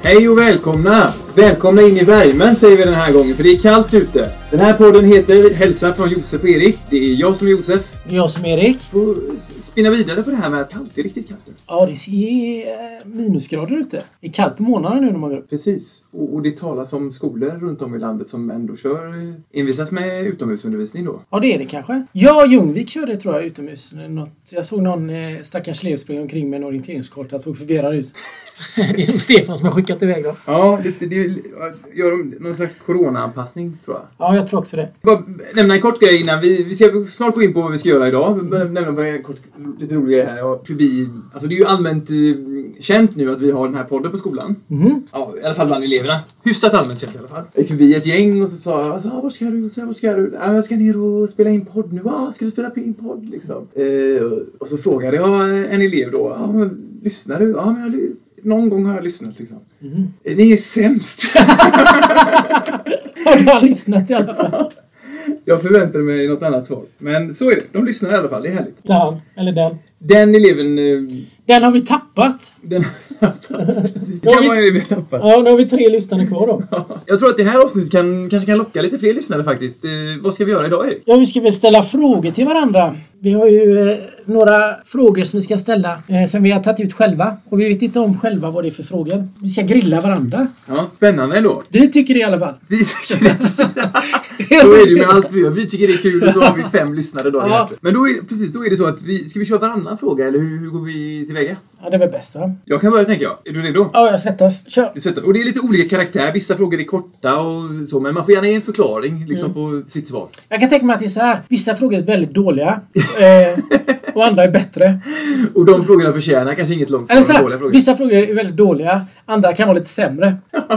Hej och välkomna! Välkomna in i värmen säger vi den här gången, för det är kallt ute. Den här podden heter Hälsa från Josef och Erik. Det är jag som är Josef. Jag som är Erik. Får spinna vidare på det här med att kallt. Det är riktigt kallt nu. Ja, det är minusgrader ute. Det är kallt på månaden nu när man går upp. Precis. Och det talas om skolor runt om i landet som ändå envisas med utomhusundervisning då. Ja, det är det kanske. Ja, Ljungvik körde tror jag utomhus. Jag såg någon stackars elev springa omkring med en orienteringskarta att folk förvirrar ut. Det är nog Stefan som har skickat iväg då. Ja, gör de någon slags corona-anpassning tror jag. Ja, jag tror också det. Bara nämna en kort grej innan vi ska snart gå in på vad vi ska göra idag. Nämna en kort, lite rolig grej här. Alltså det är ju allmänt känt nu att vi har den här podden på skolan. Mm. Ja, i alla fall bland eleverna. Hyfsat allmänt känt i alla fall. Jag gick förbi ett gäng och så sa jag, vad ska du? Vad ska du? Jag ska ner och spela in podd nu. Ska du spela in podd liksom? Och så frågade jag en elev då, lyssnar du? Ja, men någon gång har jag lyssnat liksom. Mm. Ni är sämst. Har du har lyssnat i alla fall? Jag förväntade mig något annat svar. Men så är det. De lyssnar i alla fall. Det är härligt. Ja, eller den. Den eleven... Den har vi tappat. Precis. Det kan man ju tappat. Ja, nu har vi 3 lyssnare kvar då. Jag tror att det här avsnittet kanske kan locka lite fler lyssnare faktiskt. Vad ska vi göra idag, Erik? Ja, vi ska väl ställa frågor till varandra. Vi har ju några frågor som vi ska ställa som vi har tagit ut själva. Och vi vet inte om själva vad det är för frågor. Vi ska grilla varandra. Ja, spännande ändå. Vi tycker det i alla fall. Vi tycker det. Då är det med allt vi gör. Vi tycker det är kul och så har vi 5 lyssnare då. Ja. Men då är det så att ska vi köra varannan fråga eller hur går vi tillväga? Ja, det är väl bäst va? Jag kan börja tänka jag. Är du redo? Ja, jag svettas. Kör! Du svettas. Och det är lite olika karaktär. Vissa frågor är korta och så. Men man får gärna ge en förklaring liksom, på sitt svar. Jag kan tänka mig att det är så här. Vissa frågor är väldigt dåliga. Och andra är bättre. Och de frågorna förtjänar kanske inget långt svar. Vissa frågor är väldigt dåliga. Andra kan vara lite sämre.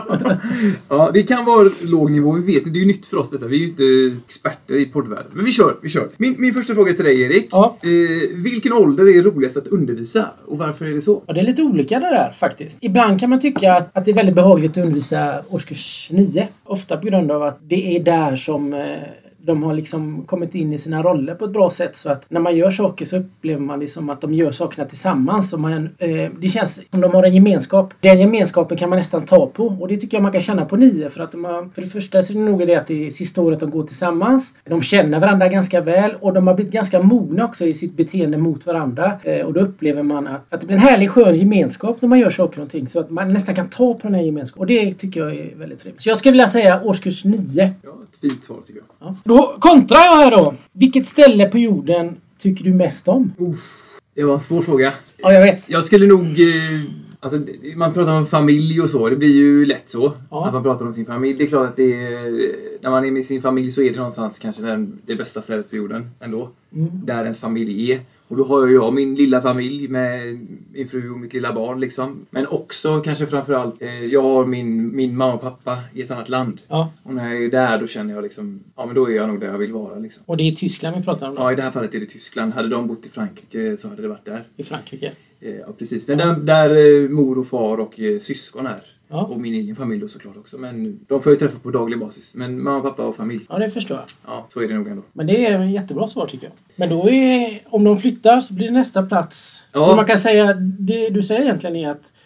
Ja, det kan vara låg nivå. Vi vet, det är ju nytt för oss detta. Vi är ju inte experter i poddvärlden. Men vi kör. Min första fråga till dig, Erik. Ja. Vilken ålder är roligast att undervisa? Och varför är det så? Ja, det är lite olika det där faktiskt. Ibland kan man tycka att det är väldigt behagligt att undervisa årskurs 9. Ofta på grund av att det är där som... De har liksom kommit in i sina roller på ett bra sätt så att när man gör saker så upplever man det som att de gör sakerna tillsammans. Och det känns som de har en gemenskap. Den gemenskapen kan man nästan ta på och det tycker jag man kan känna på 9 för att för det första så är det nog det att det är sista året de går tillsammans. De känner varandra ganska väl och de har blivit ganska mogna också i sitt beteende mot varandra. Och då upplever man att det blir en härlig skön gemenskap när man gör saker och ting så att man nästan kan ta på den här gemenskapen. Och det tycker jag är väldigt trevligt. Så jag skulle vilja säga årskurs 9. Ja, ett fint svar tycker jag. Ja. Då kontrar jag här då. Vilket ställe på jorden tycker du mest om? Det var en svår fråga. Ja, jag vet. Jag skulle nog... Alltså, man pratar om familj och så. Det blir ju lätt så. Ja. Att man pratar om sin familj. Det är klart att när man är med sin familj så är det någonstans kanske det bästa stället på jorden ändå. Mm. Där ens familj är. Och då har jag min lilla familj med min fru och mitt lilla barn liksom. Men också kanske framförallt jag har min mamma och pappa i ett annat land. Ja. Och när jag är där då känner jag liksom, ja men då är jag nog där jag vill vara liksom. Och det är Tyskland vi pratar om då? Ja, i det här fallet är det Tyskland. Hade de bott i Frankrike så hade det varit där. I Frankrike? Ja, precis. Där mor och far och syskon är. Ja. Och min egen familj då såklart också. Men de får ju träffa på daglig basis. Men mamma, pappa och familj. Ja, det förstår jag. Ja, så är det nog ändå. Men det är en jättebra svar tycker jag. Men då om de flyttar så blir det nästa plats. Ja. Så man kan säga, det du säger egentligen är att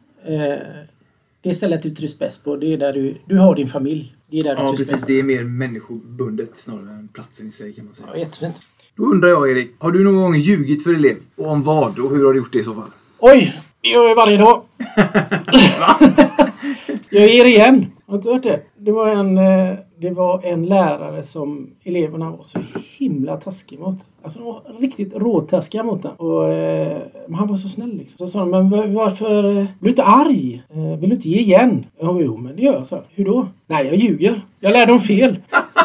det stället du trivs bäst på, det är där du har din familj. Det är där du trivs precis. Bäst. Det är mer människobundet snarare än platsen i sig kan man säga. Ja, jättefint. Då undrar jag, Erik, har du någon gång ljugit för elev? Och om vad? Och hur har du gjort det i så fall? Oj! Det gör jag varje dag. Jag ger igen. Har du inte hört det? Det var en lärare som eleverna var så himla taskiga mot. Alltså de var riktigt råtaskiga mot den. Och han var så snäll liksom. Så sa de, men varför blir du inte arg? Vill du inte ge igen? Ja, jo, men det gör jag, så. Hur då? Nej, jag ljuger. Jag lärde dem fel.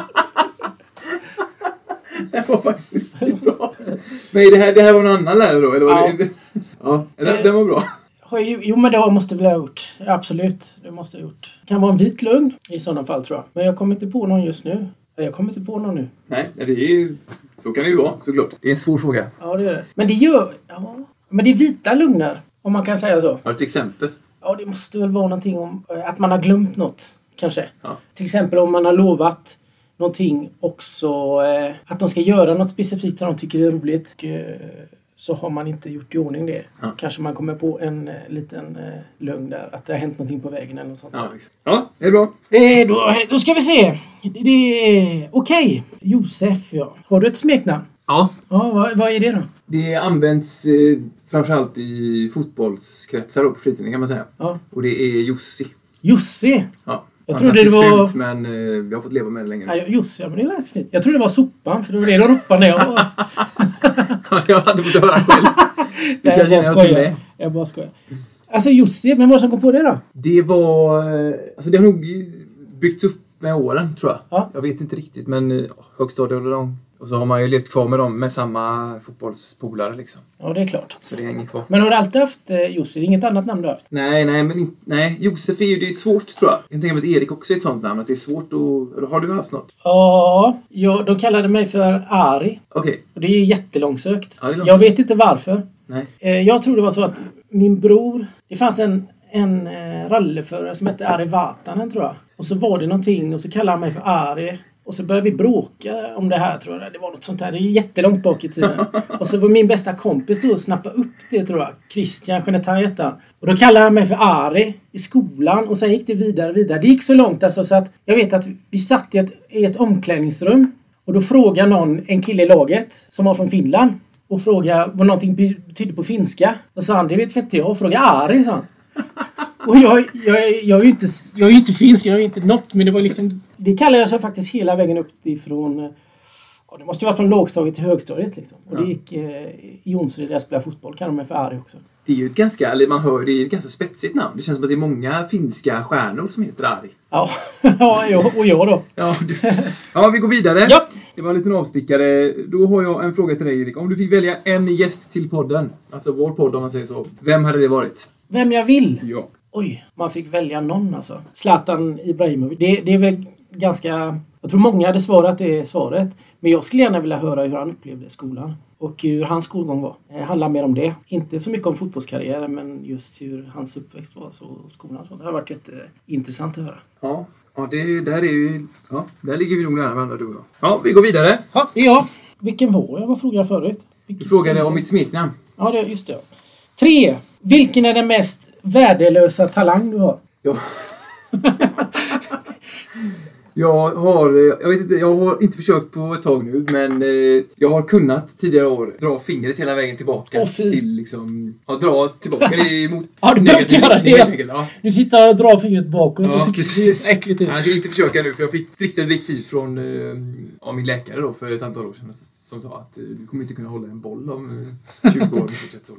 Det var faktiskt bra. Men det här var någon annan lärare då? Eller var ja. Det? Ja, den var bra. Jo, men det måste väl ha gjort. Absolut, det måste ha gjort. Det kan vara en vit lögn i sådana fall tror jag. Men jag kommer inte på någon just nu. Jag kommer inte på någon nu. Nej, det är ju... Så kan det ju vara, såklart. Det är en svår fråga. Ja, det är det. Men det gör... Ja. Men det är vita lögner, om man kan säga så. Har du ett exempel? Ja, det måste väl vara någonting om att man har glömt något, kanske. Ja. Till exempel om man har lovat någonting också att de ska göra något specifikt som de tycker är roligt. så har man inte gjort i ordning det. Ja. Kanske man kommer på en liten lögn där. Att det har hänt någonting på vägen eller något sånt. Ja, det är bra. Då ska vi se. Det är okej. Josef, ja. Har du ett smeknamn? Ja. Ja, vad är det då? Det används framförallt i fotbollskretsar på fritiden kan man säga. Ja. Och det är Jussi. Jussi? Ja. Jag trodde det var... fult, men vi har fått leva med det länge. Ja, Jussi, men det lät fint. Jag trodde det var sopan, för det var det de ropade när jag var... Ja, jag hade fått höra själv. Jag bara skojar. Alltså Jussi, vem var det som kom på det då? Det var... Alltså det har nog byggts upp med åren, tror jag. Ja. Jag vet inte riktigt, men högstadiet och dem. Och så har man ju levt kvar med dem med samma fotbollspolare liksom. Ja, det är klart. Så det hänger kvar. Men har du alltid haft Jussi? Det är inget annat namn du har haft? Nej, Josef är ju, det är svårt tror jag. Jag tänker att Erik också är ett sånt namn, att det är svårt att... Har du haft något? Ja, de kallade mig för Ari. Okej. Och det är jättelångsökt. Ja, det är långsökt. Jag vet inte varför. Nej. Jag tror det var så att min bror... Det fanns en rallyförare som hette Ari Vatanen, tror jag. Och så var det någonting och så kallade han mig för Ari. Och så började vi bråka om det här, tror jag. Det var något sånt här. Det är jättelångt bak i tiden. Och så var min bästa kompis då och snappa upp det, tror jag. Christian Genetaj hette han. Och då kallade han mig för Ari i skolan. Och sen gick det vidare. Det gick så långt alltså, så att jag vet att vi satt i ett omklädningsrum. Och då frågade en kille i laget som var från Finland. Och frågade vad någonting betydde på finska. Och sa han, det vet inte jag. Och frågade Ari, sa han. Och jag är ju inte finsk, jag är inte något, men det var liksom, det kallades jag faktiskt hela vägen upp ifrån, det måste ju vara från lågstadiet till högstadiet liksom. Och det gick i Jonsered där jag spelade fotboll, kan de mig för Ari också. Det är ju det är ett ganska spetsigt namn. Det känns som att det är många finska stjärnor som heter Ari. Ja, och jag då. Ja, vi går vidare. Ja. Det var en liten avstickare. Då har jag en fråga till dig, Erik. Om du fick välja en gäst till podden, alltså vår podd om man säger så, vem hade det varit? Vem jag vill? Ja. Oj, man fick välja någon alltså. Zlatan Ibrahimovic. Det är väl ganska... Jag tror många hade svarat det svaret. Men jag skulle gärna vilja höra hur han upplevde skolan. Och hur hans skolgång var. Det handlar mer om det. Inte så mycket om fotbollskarriären, men just hur hans uppväxt var så skolan. Så det har varit jätteintressant att höra. Ja, där ligger vi nog nära varandra, du och jag. Ja, vi går vidare. Ja, vilken var jag? Vad frågade jag förut? Du frågade om mitt smeknamn. Ja, just det. 3. Vilken är den mest värdelösa talang du har? Ja. Jag har inte försökt på ett tag nu, men jag har kunnat tidigare år dra fingret hela vägen tillbaka till liksom, dra tillbaka det emot har du börjat göra det? Ja. Du sitter och drar fingret bakåt och tycker det ser äckligt ut. Jag ska inte försöka nu, för jag fick strikta direktiv från av min läkare då för ett antal år sedan som sa att du kommer inte kunna hålla en boll om 20 år. Så.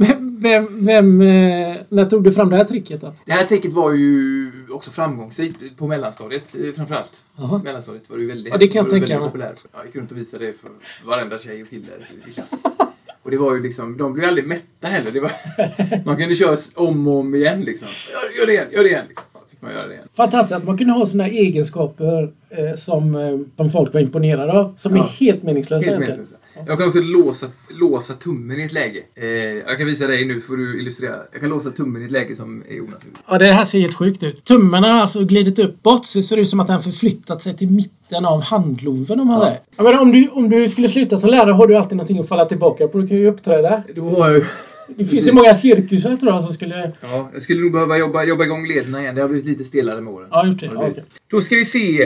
När tog du fram det här tricket då? Det här tricket var ju också framgångsrikt på mellanstadiet framförallt. Aha. Mellanstadiet var det ju väldigt, det kan jag tänka mig. Populärt. Jag gick runt och visade det för varenda tjej och kille i klassen. Och det var ju liksom, de blev aldrig mätta heller. Man kunde köra om och om igen liksom. Gör det igen liksom. Man göra det igen. Fantastiskt att man kunde ha såna egenskaper som folk var imponerade av. Som är helt meningslösa. Helt meningslösa. Jag kan också låsa tummen i ett läge. Jag kan visa dig nu, får du illustrera. Jag kan låsa tummen i ett läge som är onaturligt. Ja, det här ser helt sjukt ut. Tummen har alltså glidit uppåt, så det ser ut som att den förflyttat sig till mitten av handloven om han är. Ja, men om du skulle sluta som lärare har du alltid någonting att falla tillbaka på. Du kan ju uppträda. Det finns ju många cirkusar, tror jag, som skulle... Ja, jag skulle nog behöva jobba igång lederna igen. Det har blivit lite stelare med åren. Ja, gjort det. Ja, okay. Då ska vi se.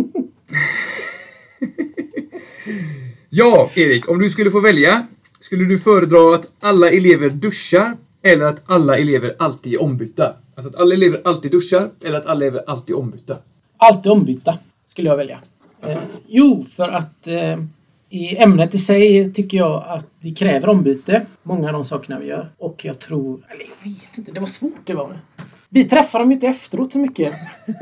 Ja, Erik, om du skulle få välja, skulle du föredra att alla elever duschar eller att alla elever alltid är ombytta? Alltså att alla elever alltid duschar eller att alla elever alltid är ombytta? Alltid ombytta skulle jag välja. För att i ämnet i sig tycker jag att vi kräver ombyte. Många av de sakerna vi gör. Och jag tror... Eller jag vet inte, det var svårt det var det. Vi träffar dem ju inte efteråt så mycket.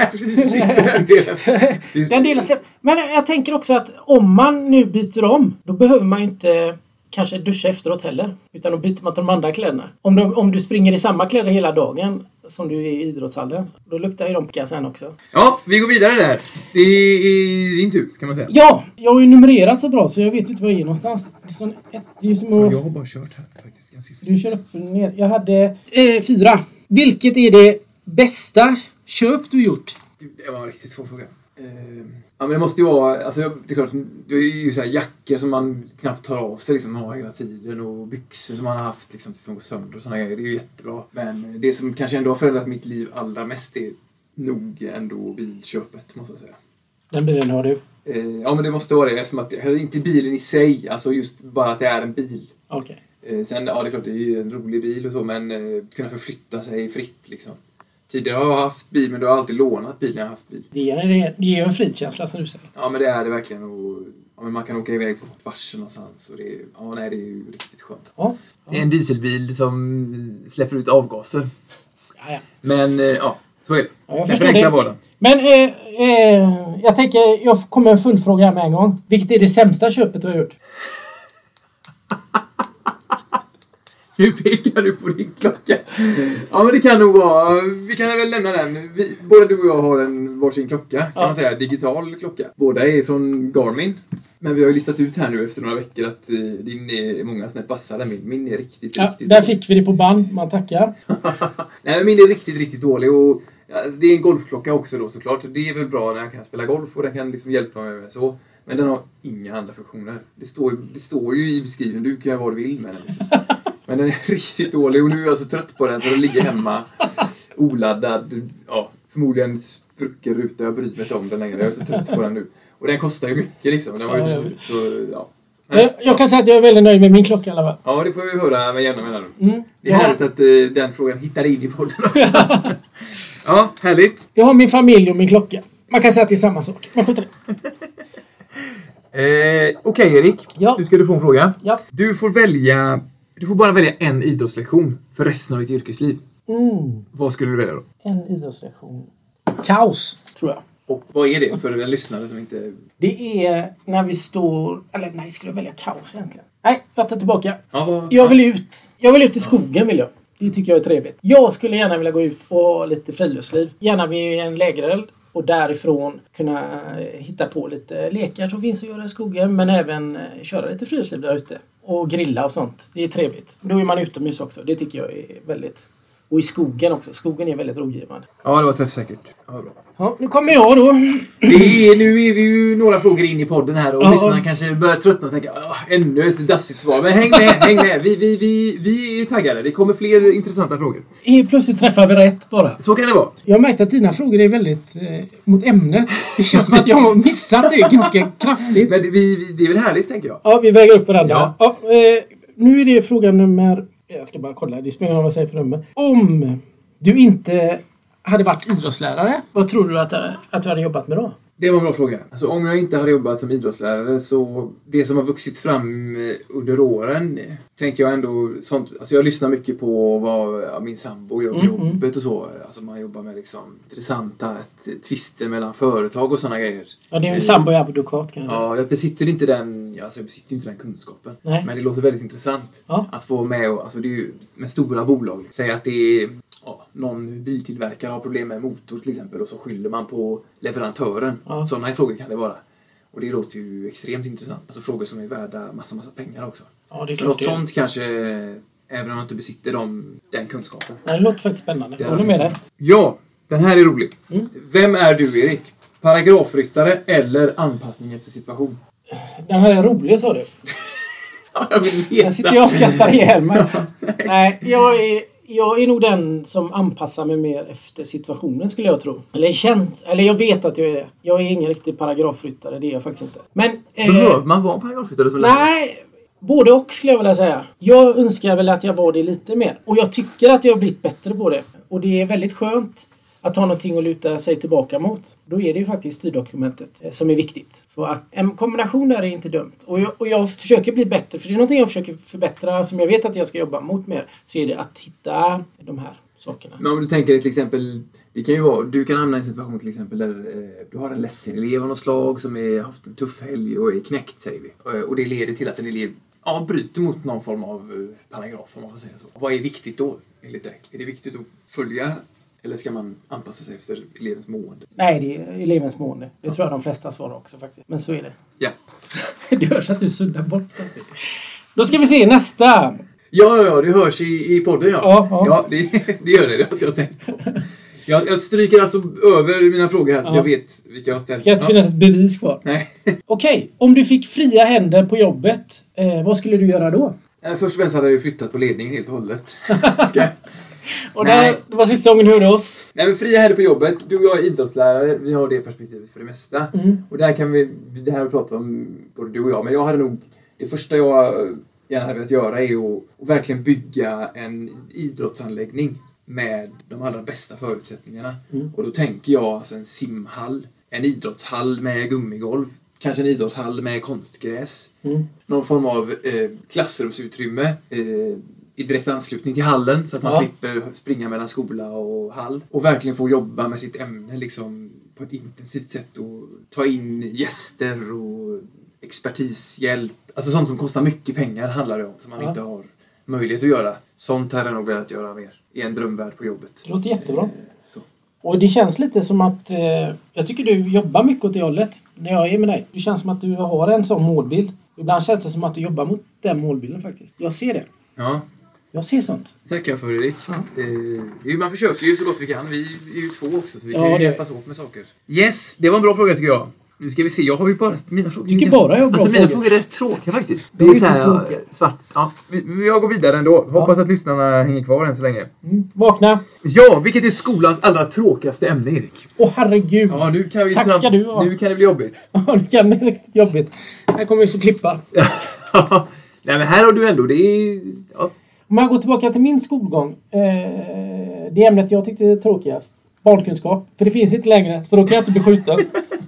Den delen släpper. Men jag tänker också att om man nu byter om, då behöver man ju inte kanske duscha efteråt heller. Utan då byter man till de andra kläderna. Om du springer i samma kläder hela dagen som du är i idrottshallen, då luktar ju de picka sen också. Ja, vi går vidare där. Det är din tur, kan man säga. Ja, jag har ju numrerat så bra så jag vet inte vad jag är någonstans. Det är som att... Jag har bara kört här faktiskt. Du kör upp och ner. Jag hade 4. Vilket är det bästa köp du gjort? Det var en riktigt svår fråga. Ja, men det måste ju vara, alltså det är klart, det är ju så här jackor som man knappt tar av sig liksom, har hela tiden, och byxor som man har haft liksom tills de går sönder och sådana grejer. Det är ju jättebra. Men det som kanske ändå har förändrat mitt liv allra mest är nog ändå bilköpet, måste jag säga. Den bilen har du? Ja, men det måste vara det, eftersom att inte bilen i sig, alltså just bara att det är en bil. Okej. Sen, ja, det är klart, det är ju en rolig bil och så, men kunna förflytta sig fritt liksom. Tidigare har jag haft bil, men du har alltid lånat bil när jag har haft bil. Det är ju en frikänsla som du säger. Ja, men det är det verkligen. Och, ja, men man kan åka iväg på varsel någonstans. Och det är ju riktigt skönt. Ja. Det är en dieselbil som släpper ut avgaser. Ja. Men ja, så är det. Ja, jag förstår det. Vardagen. Men jag tänker, jag kommer en full fråga här med en gång. Vilket är det sämsta köpet du har gjort? Nu pekar du på din klocka. Ja, men det kan nog vara... Vi kan väl lämna den. Båda du och jag har en varsin klocka, kan man säga. Digital klocka. Båda är från Garmin. Men vi har ju listat ut här nu efter några veckor att din är många snäpp vassare. Min är riktigt där dålig. fick vi det på band. Man tackar. Nej, men min är riktigt dålig. Och det är en golfklocka också då, såklart. Så det är väl bra när jag kan spela golf. Och den kan liksom hjälpa mig med så. Men den har inga andra funktioner. Det står ju i beskrivningen. Du kan göra vad du vill med den liksom. Men den är riktigt dålig och nu är jag så trött på den så den ligger hemma oladdad. Ja, förmodligen sprucker rutor. Jag bryr mig inte om den längre. Jag är så trött på den nu. Och den kostar ju mycket liksom. Den var ju så, ja. Jag kan säga att jag är väldigt nöjd med min klocka i alla fall. Ja, det får vi höra med jämna mellanrum. Det är härligt att den frågan hittar in i podden också. Ja, härligt. Jag har min familj och min klocka. Man kan säga att det är samma sak. Man skjuter det. Okej, Erik. Ja. Nu ska du få en fråga. Ja. Du får bara välja en idrottslektion för resten av ditt yrkesliv. Vad skulle du välja då? En idrottslektion. Kaos, tror jag. Och vad är det för en lyssnare som inte... Det är när vi står... Eller nej, skulle jag välja kaos egentligen? Nej, jag tar tillbaka. Ja, Jag vill ut i skogen, vill jag. Det tycker jag är trevligt. Jag skulle gärna vilja gå ut och ha lite friluftsliv. Gärna vid en lägereld. Och därifrån kunna hitta på lite lekar som finns att göra i skogen. Men även köra lite friluftsliv där ute. Och grilla och sånt. Det är trevligt. Då är man utomhus också. Det tycker jag är väldigt... Och i skogen också. Skogen är väldigt rogivande. Ja, det var träffsäkert. Ja, bra. Ja, nu kommer jag då. Nu är vi ju några frågor in i podden här. Och lyssnarna kanske börjar tröttna och tänka ännu ett dassigt svar. Men häng med. Vi är taggade. Det kommer fler intressanta frågor. Plötsligt träffar vi rätt bara. Så kan det vara. Jag har märkt att dina frågor är väldigt mot ämnet. Det känns som att jag har missat det ganska kraftigt. Men det är väl härligt, tänker jag. Ja, vi väger upp varandra. Ja. Nu är det fråga nummer... Jag ska bara kolla, det spelar vad jag säger för nummer. Om du inte hade varit idrottslärare, vad tror du att du hade jobbat med då? Det var en bra fråga. Alltså, om jag inte hade jobbat som idrottslärare, så det som har vuxit fram under åren, tänker jag ändå sånt. Alltså jag lyssnar mycket på vad min sambo gör på jobbet och så. Alltså man jobbar med liksom intressanta tvister mellan företag och sådana grejer. Ja, det är en sambo jag advokat, kan jag säga. Ja, jag besitter inte den kunskapen. Nej. Men det låter väldigt intressant att få med. Och, alltså det är ju med stora bolag. Säg att det är någon biltillverkare har problem med motor till exempel, och så skyller man på leverantören. Sådana frågor kan det vara. Och det låter ju extremt intressant. Alltså frågor som är värda massa pengar också. Ja, det är klart. Något sånt kanske, även om man inte besitter den kunskapen. Nej, det låter faktiskt spännande. Jag håller med dig. Ja, den här är rolig. Vem är du, Erik? Paragrafryttare eller anpassning efter situation? Den här är rolig, sa du. Jag vill veta. Jag sitter och skrattar ihjäl mig. Nej, jag är nog den som anpassar mig mer efter situationen, skulle jag tro. Eller jag vet att jag är det. Jag är ingen riktig paragrafryttare, det är jag faktiskt inte. Men behöver man vara paragrafryttare som nej, både och skulle jag vilja säga. Jag önskar väl att jag var det lite mer. Och jag tycker att jag har blivit bättre på det. Och det är väldigt skönt att ha någonting att luta sig tillbaka mot. Då är det ju faktiskt styrdokumentet som är viktigt. Så att en kombination där är inte dumt. Och jag försöker bli bättre. För det är någonting jag försöker förbättra som jag vet att jag ska jobba mot mer. Så är det att hitta de här sakerna. Men om du tänker till exempel, det kan ju vara, du kan hamna i en situation till exempel där du har en ledsen elev av något slag som har haft en tuff helg och är knäckt, säger vi. Och det leder till att en elev bryter mot någon form av paragraf, om man får säga så. Vad är viktigt då, enligt dig? Är det viktigt att följa, eller ska man anpassa sig efter elevens mående? Nej, det är elevens mående. Det tror jag de flesta svarar också faktiskt. Men så är det. Ja. Det hörs att du suddar bort det. Då ska vi se nästa. Ja, det hörs i podden, ja. Ja. Ja, det gör det. Det har jag tänkt på. Jag stryker alltså över mina frågor här så jag vet vilka jag ställt. Ska inte finnas ett bevis kvar? Nej. Okej, om du fick fria händer på jobbet, vad skulle du göra då? Först och främst hade jag ju flyttat på ledningen helt och hållet. Och det var sista gången hörde oss. Nej, men fria händer på jobbet. Du och jag är idrottslärare. Vi har det perspektivet för det mesta. Och där kan vi, det här har vi pratat om både du och jag. Men jag hade nog, det första jag gärna hade velat göra är att verkligen bygga en idrottsanläggning med de allra bästa förutsättningarna. Och då tänker jag alltså en simhall, en idrottshall med gummigolv, kanske en idrottshall med konstgräs, någon form av klassrumsutrymme i direkt anslutning till hallen så att man slipper springa mellan skola och hall och verkligen få jobba med sitt ämne liksom på ett intensivt sätt och ta in gäster och expertishjälp. Alltså sånt som kostar mycket pengar handlar det om som man inte har möjlighet att göra. Sånt hade jag nog velat göra mer i en drömvärld på jobbet. Det låter jättebra. Och det känns lite som att jag tycker du jobbar mycket åt det hållet när jag är med dig. Det känns som att du har en sån målbild. Ibland känns det som att du jobbar mot den målbilden faktiskt. Jag ser det. Ja. Jag ser sånt. Tackar för Erik. Man försöker ju så gott vi kan. Vi är ju 2 också så vi kan ju hjälpas åt med saker. Yes, det var en bra fråga tycker jag. Nu ska vi se, jag har ju bara mina frågor. Tycker bara jag bra alltså, mina frågor är rätt tråkiga faktiskt. Det är så här svart. Ja, jag går vidare ändå. Hoppas att lyssnarna hänger kvar än så länge. Vakna. Ja, vilket är skolans allra tråkigaste ämne, Erik? Herregud. Ja, nu kan vi tack ska du ha. Nu kan det bli jobbigt. Ja, det kan bli riktigt jobbigt. Här kommer vi få klippa. Nej, men här har du ändå, det är... Ja. Om jag går tillbaka till min skolgång. Det ämnet jag tyckte är tråkigast. Barnkunskap. För det finns inte längre, så då kan jag inte bli skjuten.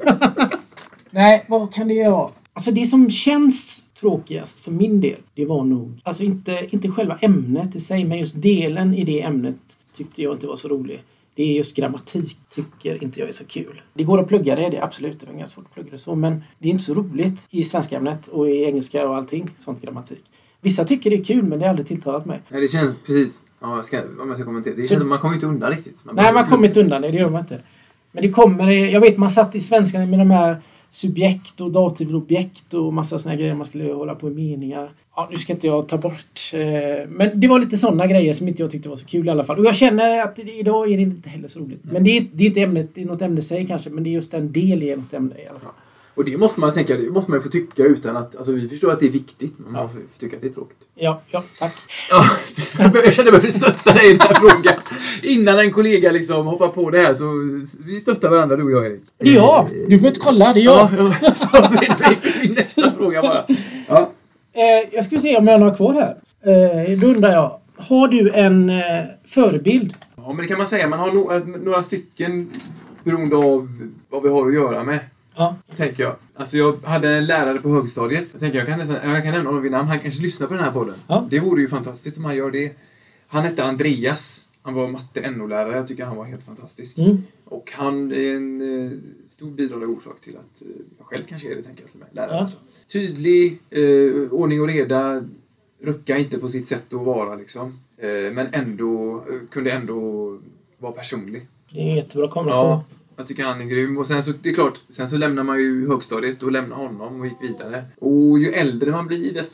Nej, vad kan det vara? Alltså det som känns tråkigast för min del, det var nog... Alltså inte själva ämnet i sig, men just delen i det ämnet tyckte jag inte var så rolig. Det är just grammatik tycker inte jag är så kul. Det går att plugga det är absolut. Det är ganska svårt att plugga det så, men det är inte så roligt i svenska ämnet och i engelska och allting, sånt grammatik. Vissa tycker det är kul, men det har aldrig tilltalat mig. Nej, det känns precis... Ja, om jag ska kommentera. Det känns som man kommer inte undan riktigt. Man kommer inte undan, det gör man inte. Men det kommer... Jag vet, man satt i svenskan med de här subjekt och dativobjekt och massa såna grejer man skulle hålla på i meningar. Ja, nu ska inte jag ta bort... Men det var lite sådana grejer som inte jag tyckte var så kul i alla fall. Och jag känner att idag är det inte heller så roligt. Men det är inte ämnet, det är något ämne i sig kanske, men det är just en del i något ämne i alla fall. Och det måste man tänka, det måste man ju få tycka utan att... Alltså vi förstår att det är viktigt, men man får tycka att det är tråkigt. Ja, tack. Ja, jag känner mig stötta dig i den här frågan. Innan en kollega liksom hoppar på det här så vi stöttar varandra, du och jag, Erik. Det är jag. Du behöver inte kolla, det är jag. Ja, förbered mig för min nästa fråga bara. Ja. Jag ska se om jag har några kvar här. Då undrar jag, har du en förebild? Ja, men det kan man säga. Man har några stycken beroende av vad vi har att göra med. Ja. Tänker jag. Alltså jag hade en lärare på högstadiet. Jag kan nämna honom vid namn. Han kanske lyssnar på den här podden. Ja. Det vore ju fantastiskt om han gör det. Han hette Andreas. Han var matte-NO-lärare. Jag tycker han var helt fantastisk. Och han är en stor bidragande orsak till att jag själv kanske är det, tänker jag till mig. Lärare alltså. Tydlig, ordning och reda. Rucka inte på sitt sätt att vara liksom. Men kunde ändå vara personlig. Det är en jättebra kombination. Ja. Jag tycker han är grym. Och sen så, det är klart, sen så lämnar man ju högstadiet och lämnar honom och gick vidare. Och ju äldre man blir, desto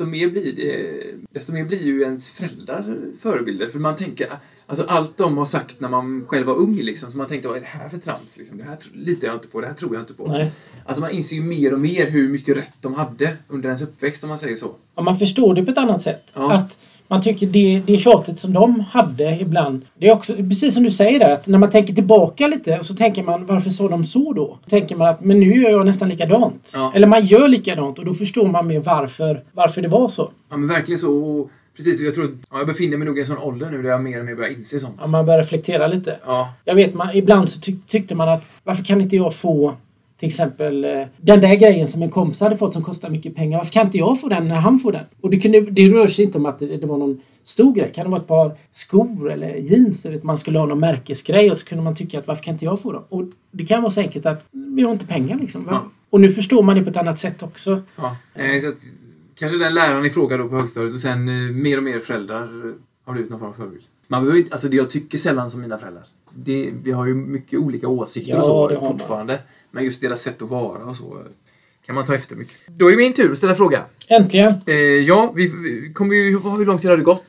mer blir ju ens föräldrar förebilder. För man tänker, alltså allt de har sagt när man själv var ung liksom, så man tänkte, vad är det här för trams liksom? Det här litar jag inte på, det här tror jag inte på. Nej. Alltså man inser ju mer och mer hur mycket rätt de hade under ens uppväxt, om man säger så. Ja, man förstår det på ett annat sätt. Ja. Att man tycker det tjatet som de hade ibland. Det är också precis som du säger där, att när man tänker tillbaka lite så tänker man, varför så de så då? Då tänker man att, men nu gör jag nästan likadant. Ja. Eller man gör likadant och då förstår man mer varför det var så. Ja, men verkligen så. Och precis, jag tror jag befinner mig nog i en sån ålder nu där jag mer och mer börjar inse sånt. Ja, man börjar reflektera lite. Ja. Jag vet, ibland så tyckte man att, varför kan inte jag få till exempel den där grejen som en kompis hade fått som kostar mycket pengar. Varför kan inte jag få den när han får den? Och det rör sig inte om att det var någon stor grej. Kan det vara ett par skor eller jeans? Man skulle ha någon märkesgrej och så kunde man tycka att varför kan inte jag få dem? Och det kan vara så enkelt att vi har inte pengar liksom. Ja. Och nu förstår man det på ett annat sätt också. Ja, så att, kanske den läraren i fråga då på högstadiet och sen mer och mer föräldrar har blivit någon form av förebild. Man behöver inte, alltså det jag tycker sällan som mina föräldrar. Vi har ju mycket olika åsikter och så fortfarande. Men just deras sätt att vara och så kan man ta efter mycket. Då är det min tur att ställa fråga. Äntligen. Ja, vi kommer ju... Hur lång tid har det gått?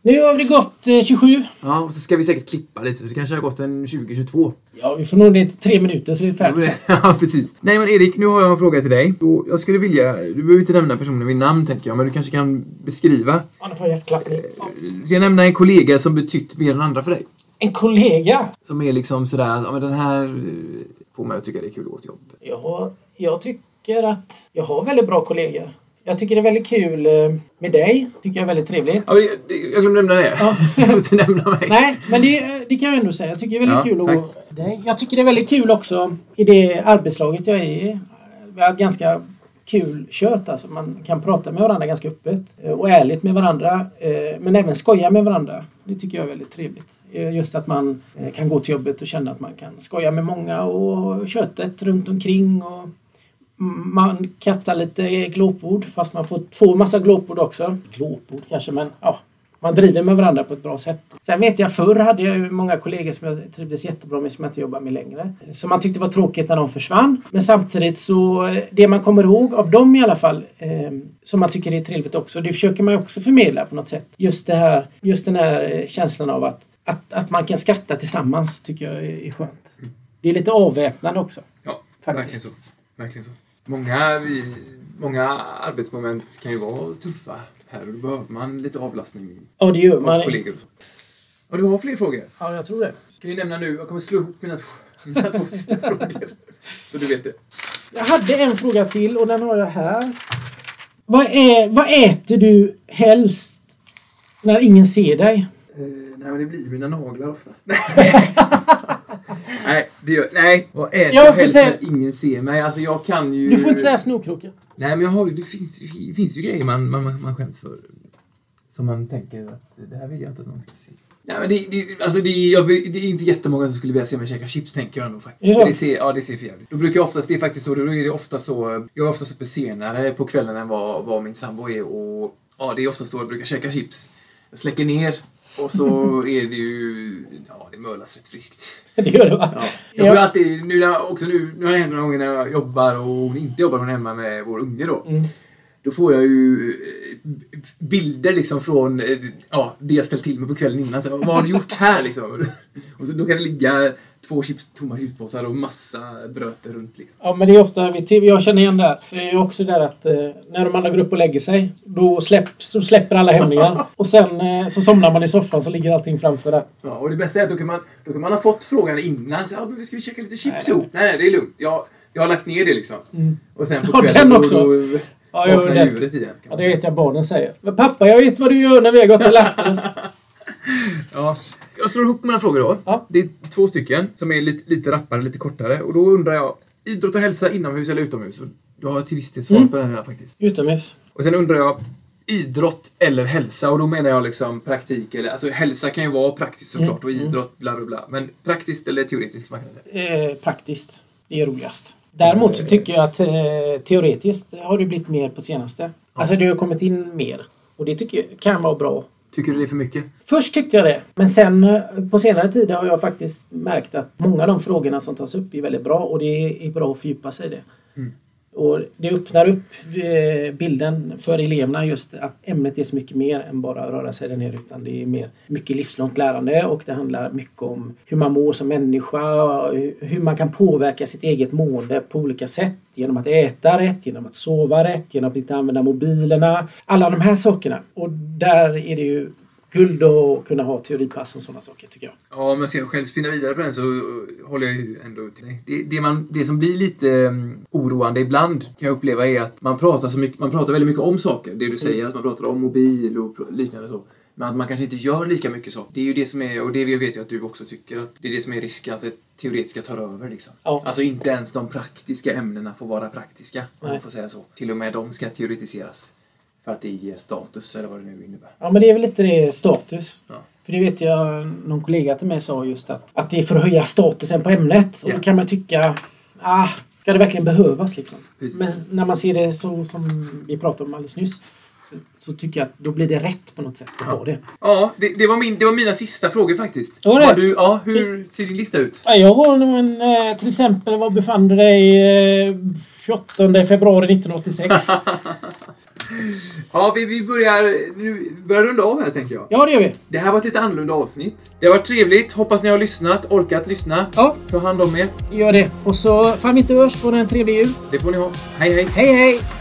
Nu har vi gått 27. Ja, och så ska vi säkert klippa lite. Så det kanske har gått en 20-22. Ja, vi får nog ner till 3 minuter så är det färdigt. Ja, precis. Nej, men Erik, nu har jag en fråga till dig. Jag skulle vilja... Du behöver inte nämna personen vid namn, tänker jag. Men du kanske kan beskriva... Ja, nu får jag hjärtklappning. Du ska nämna en kollega som betytt mer än andra för dig. En kollega? Som är liksom sådär... Ja, men den här får mig att tycka det är kul att gå till jobb. Ja, jag tycker att jag har väldigt bra kollegor. Jag tycker det är väldigt kul med dig. Tycker jag är väldigt trevligt. Ja, jag glömde nämna det. Ja. Jag får inte nämna mig. Nej, men det kan jag ändå säga. Jag tycker det är väldigt kul att gå dig. Jag tycker det är väldigt kul också i det arbetslaget jag är i. Vi har ett ganska kul kött. Alltså man kan prata med varandra ganska öppet och ärligt med varandra. Men även skoja med varandra. Det tycker jag är väldigt trevligt. Just att man kan gå till jobbet och känna att man kan skoja med många och köttet runt omkring och man kastar lite glåpord fast man får massa glåpord också. Glåpord kanske, men ja, man driver med varandra på ett bra sätt. Sen vet jag, förr hade jag ju många kollegor som jag trivdes jättebra med som jag inte jobbar med längre. Som man tyckte var tråkigt när de försvann. Men samtidigt så, det man kommer ihåg av dem i alla fall, som man tycker är trevligt också, det försöker man ju också förmedla på något sätt. Just den här känslan av att man kan skratta tillsammans tycker jag är skönt. Det är lite avväpnande också. Ja, faktiskt. Verkligen så. Många arbetsmoment kan ju vara tuffa här och då behöver man lite avlastning. Ja, det gör man. Kollegor och så. Och du har fler frågor? Ja, jag tror det. Ska vi nämna nu? Jag kommer slå ihop mina två sista frågor. Så du vet det. Jag hade en fråga till och den har jag här. Vad äter du helst när ingen ser dig? Nej, men det blir mina naglar oftast. Nej, vad äter jag helst när ingen ser mig? Alltså jag kan ju... Du får inte säga snorkråka. Nej, men det finns ju grejer man skäms för. Som man tänker att det här vill jag inte att någon ska se. Nej, men det är inte jättemånga som skulle vilja se mig käka chips, tänker jag nog faktiskt. Ja. Det ser för jävligt. Då brukar jag oftast, det är faktiskt så, då är det ofta så, jag är oftast uppe senare på kvällen än vad min sambo är. Och ja, det är oftast då jag brukar käka chips. Jag släcker ner. Och så är det ju... Ja, det mölas rätt friskt. Det gör det, va? Ja. Jag får alltid... Nu har det hänt några gånger när jag jobbar och inte jobbar hemma med vår unge då. Mm. Då får jag ju bilder liksom från det jag ställt till mig på kvällen innan. Vad har du gjort här liksom? Och så då kan det ligga 2 tomma chipspåsar och massa bröter runt liksom. Ja, men det är ofta vid TV. Jag känner igen det här. Det är ju också där att när de andra går upp och lägger sig, då släpper alla hämningar. Och sen så somnar man i soffan så ligger allting framför där. Ja, och det bästa är att då kan man ha fått frågan innan. Så, men ska vi käka lite chips ihop? Nej, det är lugnt. Jag har lagt ner det liksom. Mm. Och sen på kvällen den också. Ja, djuret igen. Ja, det vet jag barnen säger. Men pappa, jag vet vad du gör när vi har gått och lagt oss. Ja. Jag slår ihop mina frågor då. Ja. Det är 2 stycken som är lite rappare, lite kortare. Och då undrar jag, idrott och hälsa inomhus eller utomhus? Du har till viss del svar på den här faktiskt. Utomhus. Och sen undrar jag, idrott eller hälsa? Och då menar jag liksom praktik eller... Alltså hälsa kan ju vara praktiskt såklart och idrott bla bla bla. Men praktiskt eller teoretiskt man kan säga? Praktiskt. Det är roligast. Däremot så tycker jag att teoretiskt har det blivit mer på senaste. Ja. Alltså det har kommit in mer. Och det tycker jag kan vara bra. Tycker du det är för mycket? Först tyckte jag det. Men sen på senare tid har jag faktiskt märkt att många av de frågorna som tas upp är väldigt bra. Och det är bra att fördjupa sig i det. Mm. Och det öppnar upp bilden för eleverna just att ämnet är så mycket mer än bara röra sig där nere, utan det är mycket livslångt lärande och det handlar mycket om hur man mår som människa, hur man kan påverka sitt eget mående på olika sätt genom att äta rätt, genom att sova rätt, genom att inte använda mobilerna, alla de här sakerna. Och där är det ju guld att kunna ha teoripass och sådana saker tycker jag. Ja, men jag själv spinna vidare på den så håller jag ju ändå till dig. Det som blir lite oroande ibland kan jag uppleva är att man pratar väldigt mycket om saker. Det du säger, att man pratar om mobil och liknande så. Men att man kanske inte gör lika mycket så. Det är ju det som är, och det vet jag att du också tycker, att det är det som är risken att det teoretiska tar över liksom. Ja. Alltså inte ens de praktiska ämnena får vara praktiska, om man får säga så. Till och med de ska teoretiseras. För att det ger status eller vad det nu innebär. Ja, men det är väl lite det status. Ja. För det vet jag, någon kollega till mig sa just att det är för att höja statusen på ämnet. Och då kan man tycka, ska det verkligen behövas liksom? Precis. Men när man ser det så som vi pratade om alldeles nyss, så tycker jag att då blir det rätt på något sätt att ha det. Ja, det var mina sista frågor faktiskt. Hur ser din lista ut? Ja, jag har nog till exempel, var befann du dig 28 februari 1986? Ja, vi börjar runda av här, tänker jag. Ja, det gör vi. Det här var ett lite annorlunda avsnitt. Det har varit trevligt. Hoppas ni har lyssnat, orkat lyssna. Ja. Ta hand om er. Gör det. Och så, fan inte hörs, får en trevlig jul. Det får ni ha. Hej, hej. Hej, hej.